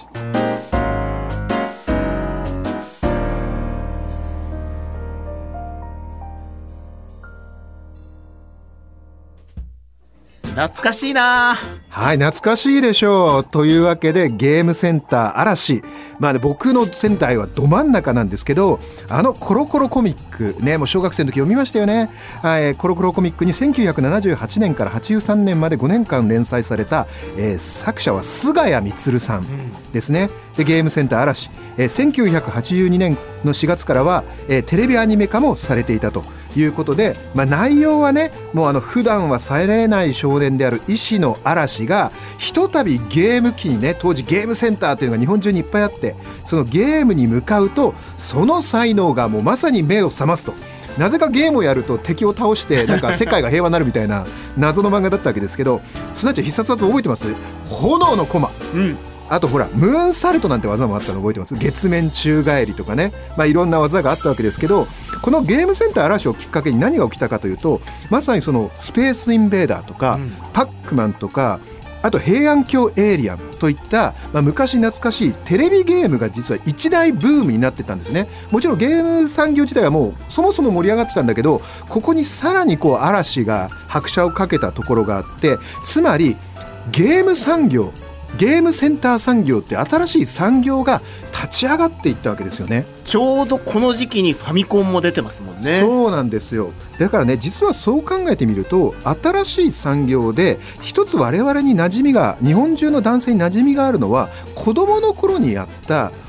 懐かしいな。 はい懐かしいでしょう。というわけでゲームセンター嵐まあね僕の仙台はど真ん中なんですけどあのコロコロコミックねもう小学生の時読みましたよね、はい、コロコロコミックにせんきゅうひゃくななじゅうはちねんからはちじゅうさんねんまでごねんかん連載された、えー、作者は菅谷充さんですね。でゲームセンター嵐、えー、せんきゅうひゃくはちじゅうにねんのしがつからは、えー、テレビアニメ化もされていたということで、まあ、内容はねもうあの普段はされない少年である石野嵐がひとたびゲーム機にね当時ゲームセンターというのが日本中にいっぱいあってそのゲームに向かうとその才能がもうまさに目を覚ますと。なぜかゲームをやると敵を倒してなんか世界が平和になるみたいな謎の漫画だったわけですけどすなわち必殺技覚えてます？炎の駒、うんあとほらムーンサルトなんて技もあったの覚えてます？月面宙返りとかね、まあ、いろんな技があったわけですけどこのゲームセンター嵐をきっかけに何が起きたかというとまさにそのスペースインベーダーとか、うん、パックマンとかあと平安京エイリアンといった、まあ、昔懐かしいテレビゲームが実は一大ブームになってたんですね。もちろんゲーム産業自体はもうそもそも盛り上がってたんだけどここにさらにこう嵐が拍車をかけたところがあってつまりゲーム産業ゲームセンター産業って新しい産業が立ち上がっていったわけですよね。 ちょうどこの時期にファミコンも出てますもんね。 そうなんですよ。だからね実はそう考えてみると新しい産業で一つ我々に馴染みが日本中の男性に馴染みがあるのは子どもの頃にやった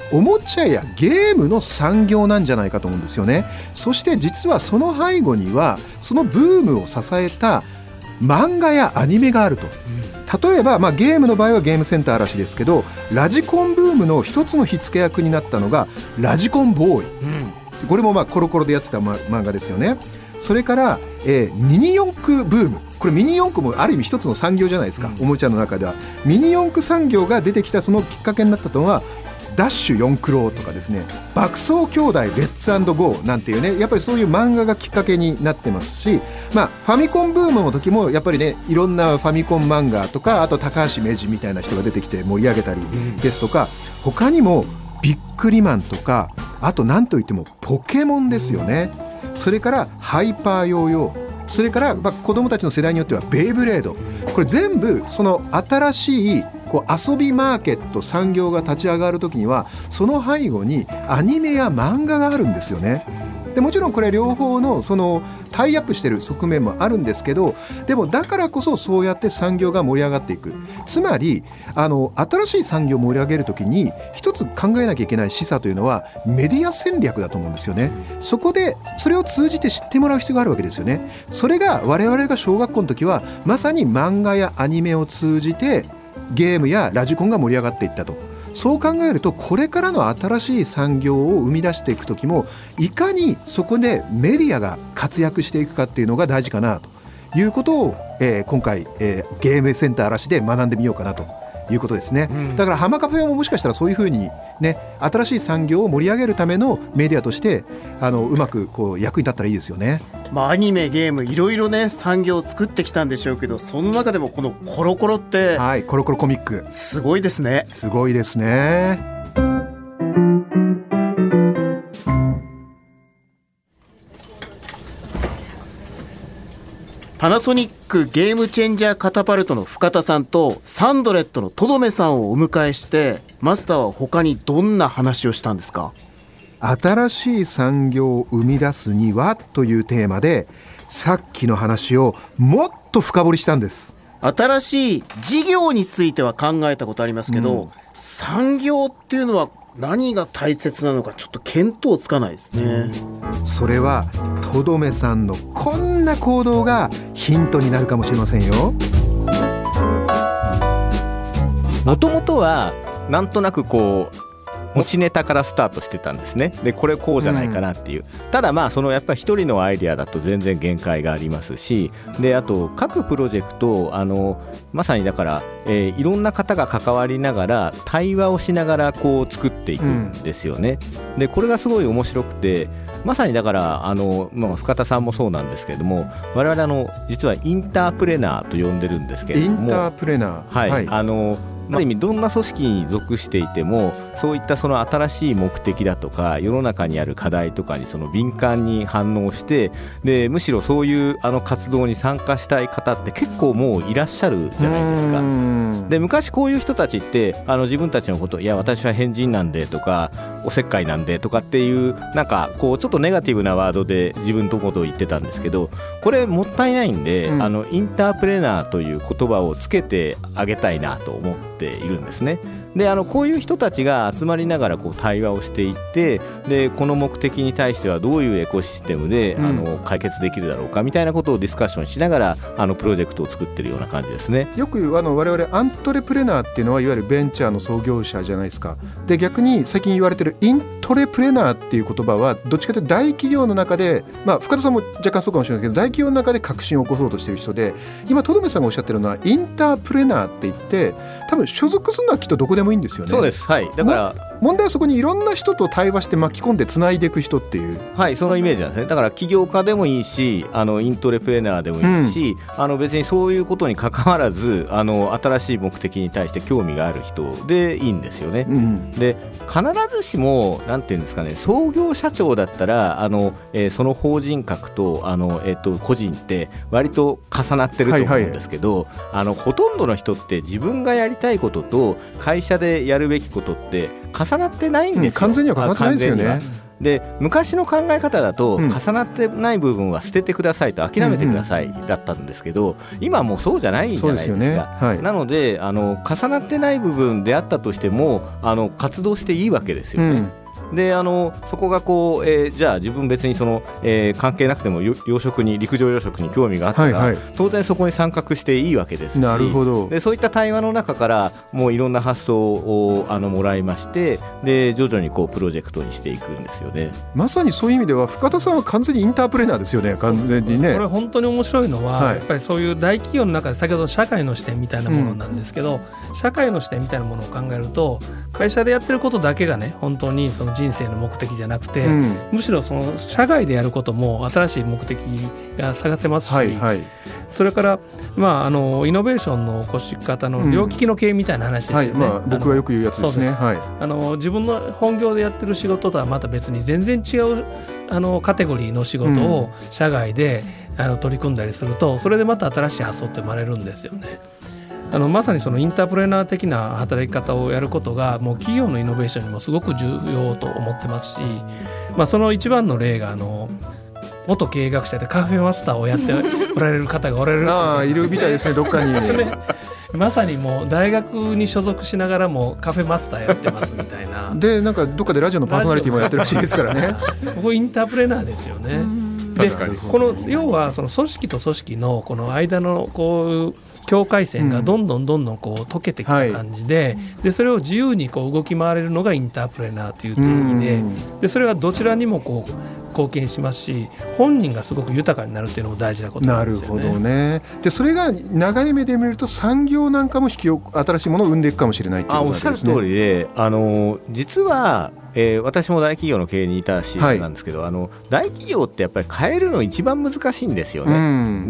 おもちゃやゲームの産業なんじゃないかと思うんですよね。そして実はその背後にはそのブームを支えた漫画やアニメがあると。例えば、まあ、ゲームの場合はゲームセンター嵐ですけど、ラジコンブームの一つの火付け役になったのがラジコンボーイ、うん、これもまあコロコロでやってた、ま、漫画ですよね。それから、えー、ミニ四駆ブーム、これミニ四駆もある意味一つの産業じゃないですか、うん、おもちゃの中では。ミニ四駆産業が出てきたそのきっかけになったのはダッシュ四駆郎とかですね、爆走兄弟レッツ&ゴーなんていうね、やっぱりそういう漫画がきっかけになってますし、まあ、ファミコンブームの時もやっぱりね、いろんなファミコン漫画とか、あと高橋名人みたいな人が出てきて盛り上げたりですとか、他にもビックリマンとか、あと何といってもポケモンですよね。それからハイパーヨーヨー、それからまあ子どもたちの世代によってはベイブレード、これ全部その新しいこう遊びマーケット産業が立ち上がるときにはその背後にアニメや漫画があるんですよね。でもちろんこれ両方のそのタイアップしてる側面もあるんですけど、でもだからこそそうやって産業が盛り上がっていく。つまりあの新しい産業を盛り上げるときに一つ考えなきゃいけない示唆というのはメディア戦略だと思うんですよね。そこでそれを通じて知ってもらう必要があるわけですよね。それが我々が小学校の時はまさに漫画やアニメを通じてゲームやラジコンが盛り上がっていったと。そう考えるとこれからの新しい産業を生み出していく時もいかにそこでメディアが活躍していくかっていうのが大事かなということを、えー、今回、えー、ゲームセンター嵐で学んでみようかなということですね、うん、だからハマカフェももしかしたらそういうふうにね、新しい産業を盛り上げるためのメディアとしてあのうまくこう役に立ったらいいですよね。 まあ、アニメゲームいろいろね産業を作ってきたんでしょうけど、その中でもこのコロコロって、 はい、コロコロコミックすごいですね。 すごいですね。 パナソニックゲームチェンジャーカタパルトの深田さんとサンドレットのとどめさんをお迎えして、マスターは他にどんな話をしたんですか？ 新しい産業を生み出すにはというテーマでさっきの話をもっと深掘りしたんです。 新しい事業については考えたことありますけど、うん、産業っていうのは何が大切なのかちょっと見当つかないですね。 それはとどめさんのこんな行動がヒントになるかもしれませんよ。 もともとはなんとなくこう持ちネタからスタートしてたんですね。でこれこうじゃないかなっていう、うん、ただまあそのやっぱり一人のアイデアだと全然限界がありますし、であと各プロジェクトあのまさにだから、えー、いろんな方が関わりながら対話をしながらこう作っていくんですよね、うん、でこれがすごい面白くて、まさにだからあの、まあ、深田さんもそうなんですけれども、我々あの実はインタープレナーと呼んでるんですけれども、 インタープレナー、 はい、はい、あのある意味どんな組織に属していてもそういったその新しい目的だとか世の中にある課題とかにその敏感に反応して、でむしろそういうあの活動に参加したい方って結構もういらっしゃるじゃないですか。で昔こういう人たちってあの自分たちのこといや私は変人なんでとかおせっかいなんでとかっていうなんかこうちょっとネガティブなワードで自分のことを言ってたんですけど、これもったいないんで、うん、あのインタープレナーという言葉をつけてあげたいなと思っているんですね。であのこういう人たちが集まりながらこう対話をしていって、でこの目的に対してはどういうエコシステムで、うん、あの解決できるだろうかみたいなことをディスカッションしながらあのプロジェクトを作ってるような感じですね。 よくあの我々アントレプレナーっていうのはいわゆるベンチャーの創業者じゃないですか。で逆に最近言われてるイントレプレナーっていう言葉はどっちかというと大企業の中で、まあ、深田さんも若干そうかもしれないけど大企業の中で革新を起こそうとしている人で、今とどめさんがおっしゃってるのはインタープレナーって言って多分所属するのはきっとどこでもいいんですよね。 そうです、はい、だから問題はそこにいろんな人と対話して巻き込んでつないでいく人っていう、 はい、そのイメージなんですね。だから起業家でもいいしあのイントレプレナーでもいいし、うん、あの別にそういうことに関わらずあの新しい目的に対して興味がある人でいいんですよね、うん、で必ずしもなんていうんですかね、創業社長だったらあの、えー、その法人格とあの、えー、と個人って割と重なってると思うんですけど、はいはい、あのほとんどの人って自分がやりたいことと会社でやるべきことって重なってないんですよ、うん、 完全には重なってないですよね。 で昔の考え方だと、 うん重なってない部分は捨ててくださいと諦めてくださいだったんですけど、今もうそうじゃないじゃないですか。 そうですよねはいなのであの重なってない部分であったとしてもあの活動していいわけですよね。 うんであのそこがこう、えー、じゃあ自分別にその、えー、関係なくてもよ養殖に陸上養殖に興味があったら、 はいはい当然そこに参画していいわけですし、 なるほど。 でそういった対話の中からもういろんな発想をあのもらいまして、で徐々にこうプロジェクトにしていくんですよね。 まさにそういう意味では深田さんは完全にインタープレナーですよね。完全にね。 これ本当に面白いのは、 はいやっぱりそういう大企業の中で先ほど社会の視点みたいなものなんですけど、うん、社会の視点みたいなものを考えると会社でやってることだけがね本当にその人生の目的じゃなくて、うん、むしろその社外でやることも新しい目的が探せますし、はいはい、それから、まあ、あのイノベーションの起こし方の両利きの経営みたいな話ですよね、 うんはいまあ、僕がよく言うやつですね。 はい、あの自分の本業でやってる仕事とはまた別に全然違うあのカテゴリーの仕事を社外で、うん、あの取り組んだりするとそれでまた新しい発想って生まれるんですよね。あのまさにそのインタープレナー的な働き方をやることがもう企業のイノベーションにもすごく重要と思ってますし、まあ、その一番の例があの元経営学者でカフェマスターをやっておられる方がおられるああいるみたいですねどっかに、 ね、まさにもう大学に所属しながらもカフェマスターやってますみたいなでなんかどっかでラジオのパーソナリティもやってるらしいですからねここインタープレナーですよね。でこの要はその組織と組織のこの間のこう境界線がどんどんどんどんこう溶けてきた感じで、うん、でそれを自由にこう動き回れるのがインタープレナーという定義で、でそれはどちらにもこう貢献しますし本人がすごく豊かになるっていうのも大事なことなんですよね。 なるほどね。でそれが長い目で見ると産業なんかも引き新しいものを生んでいくかもしれないっていうことですね。 あおっしゃる通りであの実はえー、私も大企業の経営にいたしなんですけど、はい、あの大企業ってやっぱり変えるの一番難しいんですよね、うん、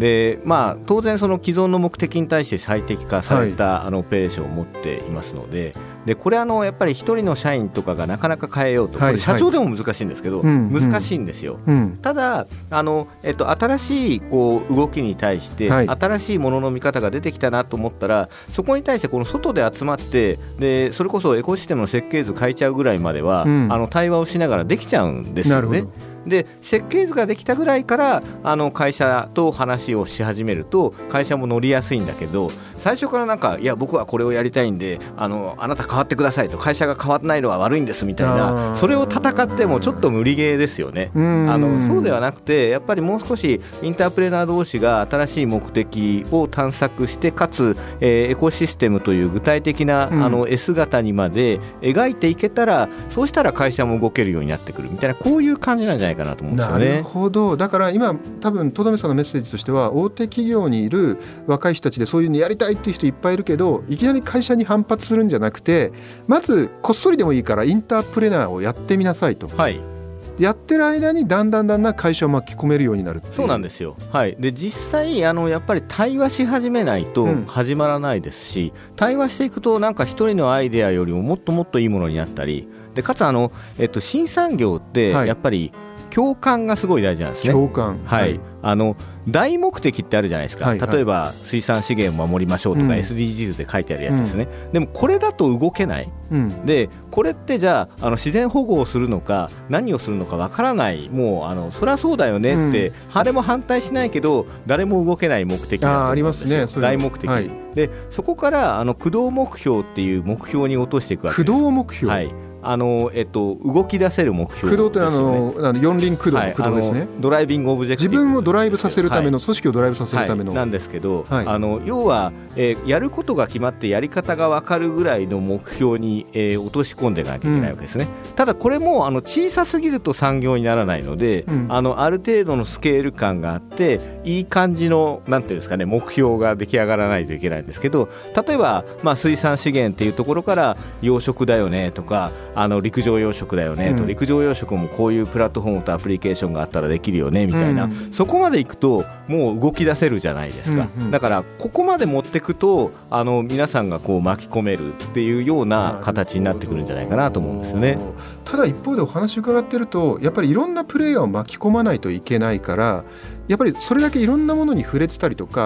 でまあ当然その既存の目的に対して最適化された、はい、あのオペレーションを持っていますので、でこれあのやっぱり一人の社員とかがなかなか変えようと、これ社長でも難しいんですけど、はいはい、難しいんですよ、うんうん、ただあの、えっと、新しいこう動きに対して、はい、新しいものの見方が出てきたなと思ったらそこに対してこの外で集まってでそれこそエコシステムの設計図変えちゃうぐらいまでは、うん、あの対話をしながらできちゃうんですよね。で設計図ができたぐらいからあの会社と話をし始めると会社も乗りやすいんだけど、最初からなんかいや僕はこれをやりたいんで あのあなた変わってくださいと、会社が変わらないのは悪いんですみたいな、それを戦ってもちょっと無理ゲーですよね。あのそうではなくてやっぱりもう少しインタープレナー同士が新しい目的を探索してかつ、えー、エコシステムという具体的な、うん、あの S 型にまで描いていけたら、そうしたら会社も動けるようになってくるみたいな、こういう感じなんじゃないかなと思うんですよね。 なるほど。だから今多分とどめさんのメッセージとしては、大手企業にいる若い人たちでそういうのやりたいっていう人いっぱいいるけど、いきなり会社に反発するんじゃなくて、まずこっそりでもいいからインタープレナーをやってみなさいと、はい、やってる間にだんだんだんだん会社を巻き込めるようになるっていう。 そうなんですよ、はい、で実際あのやっぱり対話し始めないと始まらないですし、うん、対話していくとなんか一人のアイデアよりももっともっといいものになったりで、かつあの、えっと、新産業ってやっぱり共感がすごい大事なんですね。 共感、 はい、はい、あの大目的ってあるじゃないですか、はいはい、例えば水産資源を守りましょうとか、うん、エスディージーズ で書いてあるやつですね、うん、でもこれだと動けない、うん、でこれってじゃあ、あの自然保護をするのか何をするのかわからない、もうあのそりゃそうだよねって、うん、誰も反対しないけど誰も動けない目的だと思うんですよ。あ、ありますね、大目的、はい、でそこからあの駆動目標っていう目標に落としていくわけです。 駆動目標、 はい、あのえっと、動き出せる目標ですよね。 駆動ってあの四輪駆動の駆動ですね、 はい、ドライビングオブジェクティブ、 自分をドライブさせるための、はい、組織をドライブさせるための、 はい、なんですけど、はい、あの要は、えー、やることが決まってやり方が分かるぐらいの目標に、えー、落とし込んでいかなきゃいけないわけですね、うん、ただこれもあの小さすぎると産業にならないので、うん、あのある程度のスケール感があっていい感じのなんていうんですかね、目標が出来上がらないといけないんですけど、例えば、まあ、水産資源っていうところから養殖だよねとか、あの陸上養殖だよねと、うん、陸上養殖もこういうプラットフォームとアプリケーションがあったらできるよねみたいな、うん、そこまでいくともう動き出せるじゃないですか、うんうん、だからここまで持っていくとあの皆さんがこう巻き込めるっていうような形になってくるんじゃないかなと思うんですよね。 ただ一方でお話伺ってるとやっぱりいろんなプレイヤーを巻き込まないといけないから、やっぱりそれだけいろんなものに触れてたりとか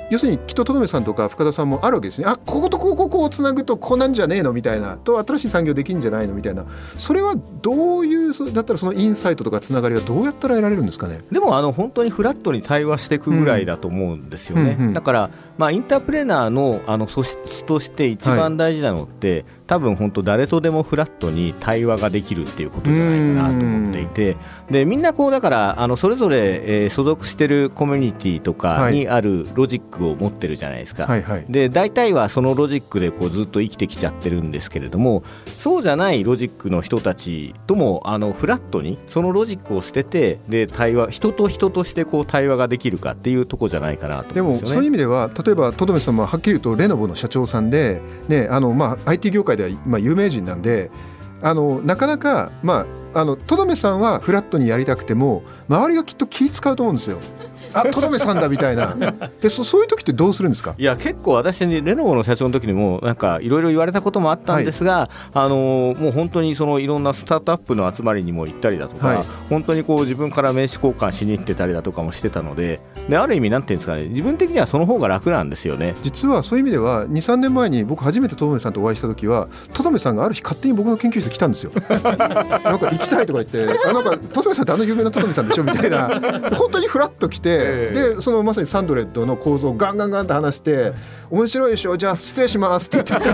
要するにきっととどめさんとか深田さんもあるわけですね。あ、こことここここをつなぐとこうなんじゃねえのみたいな、と新しい産業できんじゃないのみたいな、それはどういうだったらそのインサイトとかつながりはどうやったら得られるんですかね。 でもあの本当にフラットに対話していくぐらいだと思うんですよね、うんうんうん、だから、まあ、インタープレーナー の, あの素質として一番大事なのって、はい、多分本当誰とでもフラットに対話ができるっていうことじゃないかなと思っていて、でみんなこうだからあのそれぞれ、えー、所属してるコミュニティとかにあるロジックを持ってるじゃないですか、はいはいはい、で大体はそのロジックでこうずっと生きてきちゃってるんですけれども、そうじゃないロジックの人たちともあのフラットにそのロジックを捨てて、で対話人と人としてこう対話ができるかっていうところじゃないかなと思うんですよね。 でもそういう意味では例えばとどめさんもはっきり言うとレノボの社長さんで、ね、あのまあ アイティー 業界ではまあ有名人なんで、あのなかなかまああのとどめさんはフラットにやりたくても周りがきっと気使うと思うんですよ。あ、とどめさんだみたいなで そ, そういう時ってどうするんですか。 いや結構私にレノボの社長の時にもなんかいろいろ言われたこともあったんですが、はい、あのもう本当にそのいろんなスタートアップの集まりにも行ったりだとか、はい、本当にこう自分から名刺交換しに行ってたりだとかもしてたので、である意味なんていうんですかね、自分的にはその方が楽なんですよね。実はそういう意味では にさんねんまえに僕初めてとどめさんとお会いした時は、とどめさんがある日勝手に僕の研究室来たんですよなんか行きたいとか言って、あなんかとどめさんってあの有名なとどめさんでしょみたいな本当にフラッと来て、えー、でそのまさにサンドレッドの構造をガンガンガンと話して、面白いでしょ、じゃあ失礼しますって言って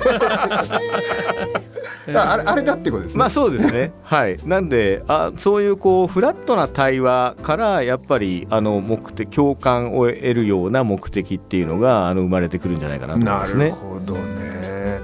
あ, れあれだってことですね。 まあそうですねはいなんであそういうこうフラットな対話からやっぱりあの目的共感を得るような目的っていうのがあの生まれてくるんじゃないかなと思いますね。 なるほどね。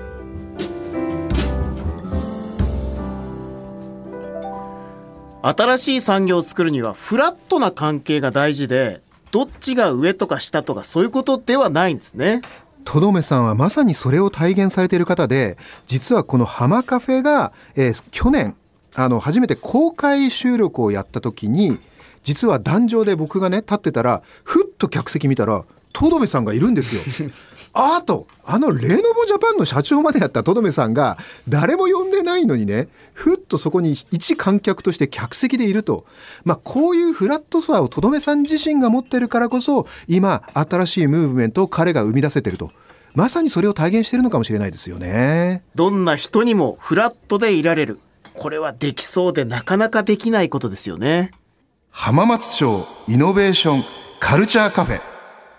新しい産業を作るにはフラットな関係が大事で、どっちが上とか下とかそういうことではないんですね。 とどめさんはまさにそれを体現されている方で、実はこのハマカフェが、えー、去年あの初めて公開収録をやった時に、実は壇上で僕がね立ってたら、ふっと客席見たらとどめさんがいるんですよあとあのレノボジャパンの社長までやったとどめさんが誰も呼んでないのにね、ふっとそこに一観客として客席でいると、まあ、こういうフラットさをとどめさん自身が持ってるからこそ、今新しいムーブメントを彼が生み出せてると、まさにそれを体現しているのかもしれないですよね。 どんな人にもフラットでいられる、これはできそうでなかなかできないことですよね。 浜松町イノベーションカルチャーカフェ。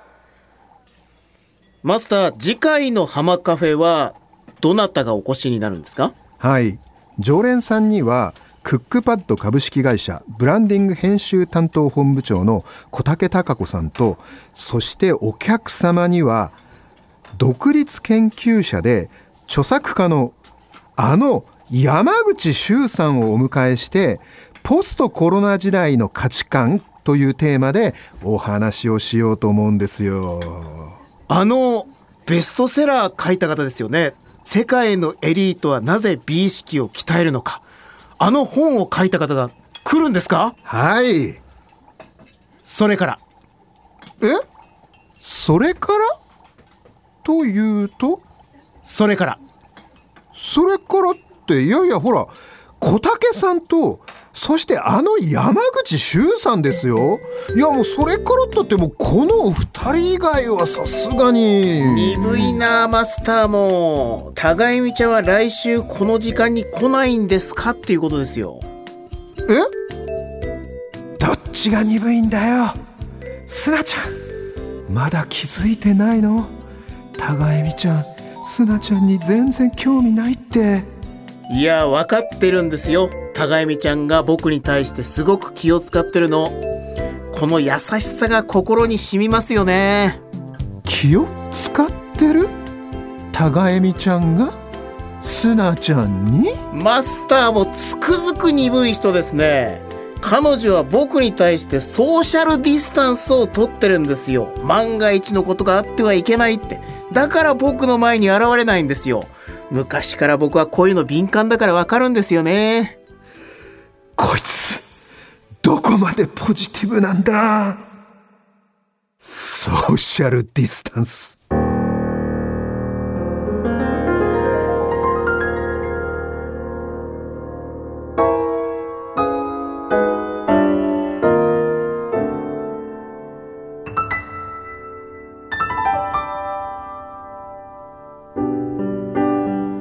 マスター、次回の浜カフェはどなたがお越しになるんですか。 はい、常連さんにはクックパッド株式会社ブランディング編集担当本部長の小竹貴子さんと、そしてお客様には独立研究者で著作家のあの山口周さんをお迎えして、ポストコロナ時代の価値観というテーマでお話をしようと思うんですよ。 あのベストセラー書いた方ですよね。世界のエリートはなぜ美意識を鍛えるのか、あの本を書いた方が来るんですか。 はい。 それからえそれからというと、 それからそれからっていやいやほら、小竹さんとそしてあの山口周さんですよ。いやもうそれからだってもうこのお二人以外はさすがに鈍いな。マスターも互いみちゃんは来週この時間に来ないんですかっていうことですよ。 えどっちが鈍いんだよ。すなちゃんまだ気づいてないの。互いみちゃんすなちゃんに全然興味ないって。 いや分かってるんですよ。互いみちゃんが僕に対してすごく気を使ってるの。この優しさが心に染みますよね。 気を使ってる互いみちゃんがすなちゃんに。 マスターもつくづく鈍い人ですね。彼女は僕に対してソーシャルディスタンスを取ってるんですよ。万が一のことがあってはいけないって。だから僕の前に現れないんですよ。昔から僕はこういうの敏感だからわかるんですよね。 こいつどこまでポジティブなんだ。ソーシャルディスタンス。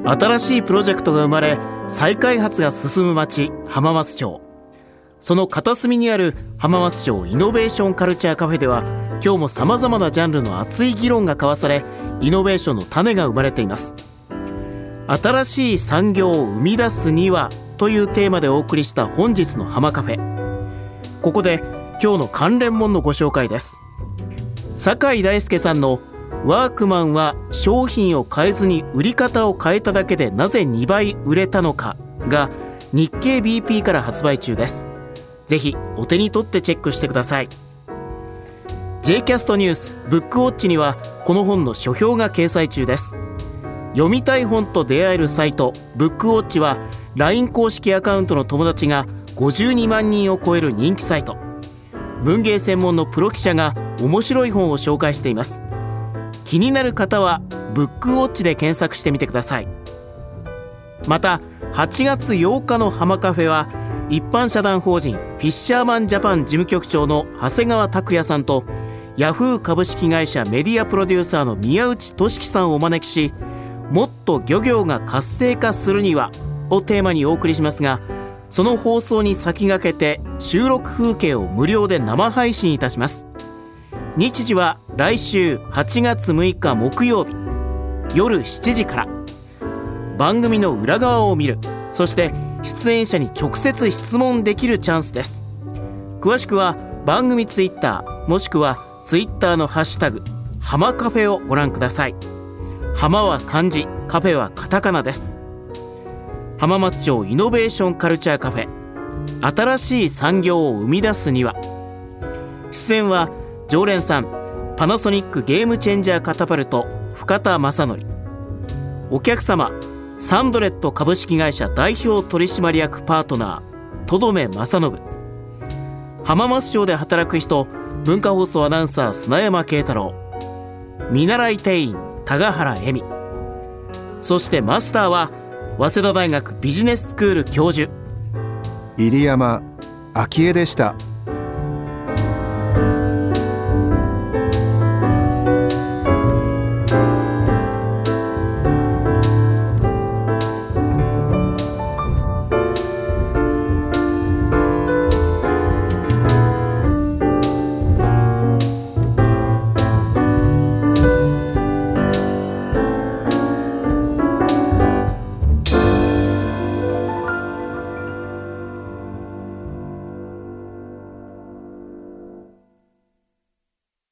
新しいプロジェクトが生まれ再開発が進む町浜松町。その片隅にある浜松町イノベーションカルチャーカフェでは今日もさまざまなジャンルの熱い議論が交わされイノベーションの種が生まれています。新しい産業を生み出すにはというテーマでお送りした本日の浜カフェ。ここで今日の関連本のご紹介です。酒井大輔さんのワークマンは商品を変えずに売り方を変えただけでなぜにばい売れたのかが日経 ビーピー から発売中です。ぜひお手に取ってチェックしてください。 ジェイキャスト ニュースブックウォッチにはこの本の書評が掲載中です。読みたい本と出会えるサイトブックウォッチは ライン 公式アカウントの友達がごじゅうにまんにんを超える人気サイト。文芸専門のプロ記者が面白い本を紹介しています。気になる方はブックウォッチで検索してみてください。またはちがつようかの浜カフェは一般社団法人フィッシャーマンジャパン事務局長の長谷川拓也さんとヤフー株式会社メディアプロデューサーの宮内俊樹さんをお招きし、もっと漁業が活性化するにはをテーマにお送りしますが、その放送に先駆けて収録風景を無料で生配信いたします。日時は来週はちがつむいか木曜日夜しちじから。番組の裏側を見る、そして出演者に直接質問できるチャンスです。詳しくは番組ツイッターもしくはツイッターのハッシュタグ浜カフェをご覧ください。浜は漢字、カフェはカタカナです。浜松町イノベーションカルチャーカフェ、新しい産業を生み出すには。出演は常連さんパナソニックゲームチェンジャーカタパルト深田正則。お客様サンドレット株式会社代表取締役パートナー戸留正信。浜松町で働く人文化放送アナウンサー砂山慶太郎。見習い店員田ヶ原恵美。そしてマスターは早稲田大学ビジネススクール教授入山昭恵でした。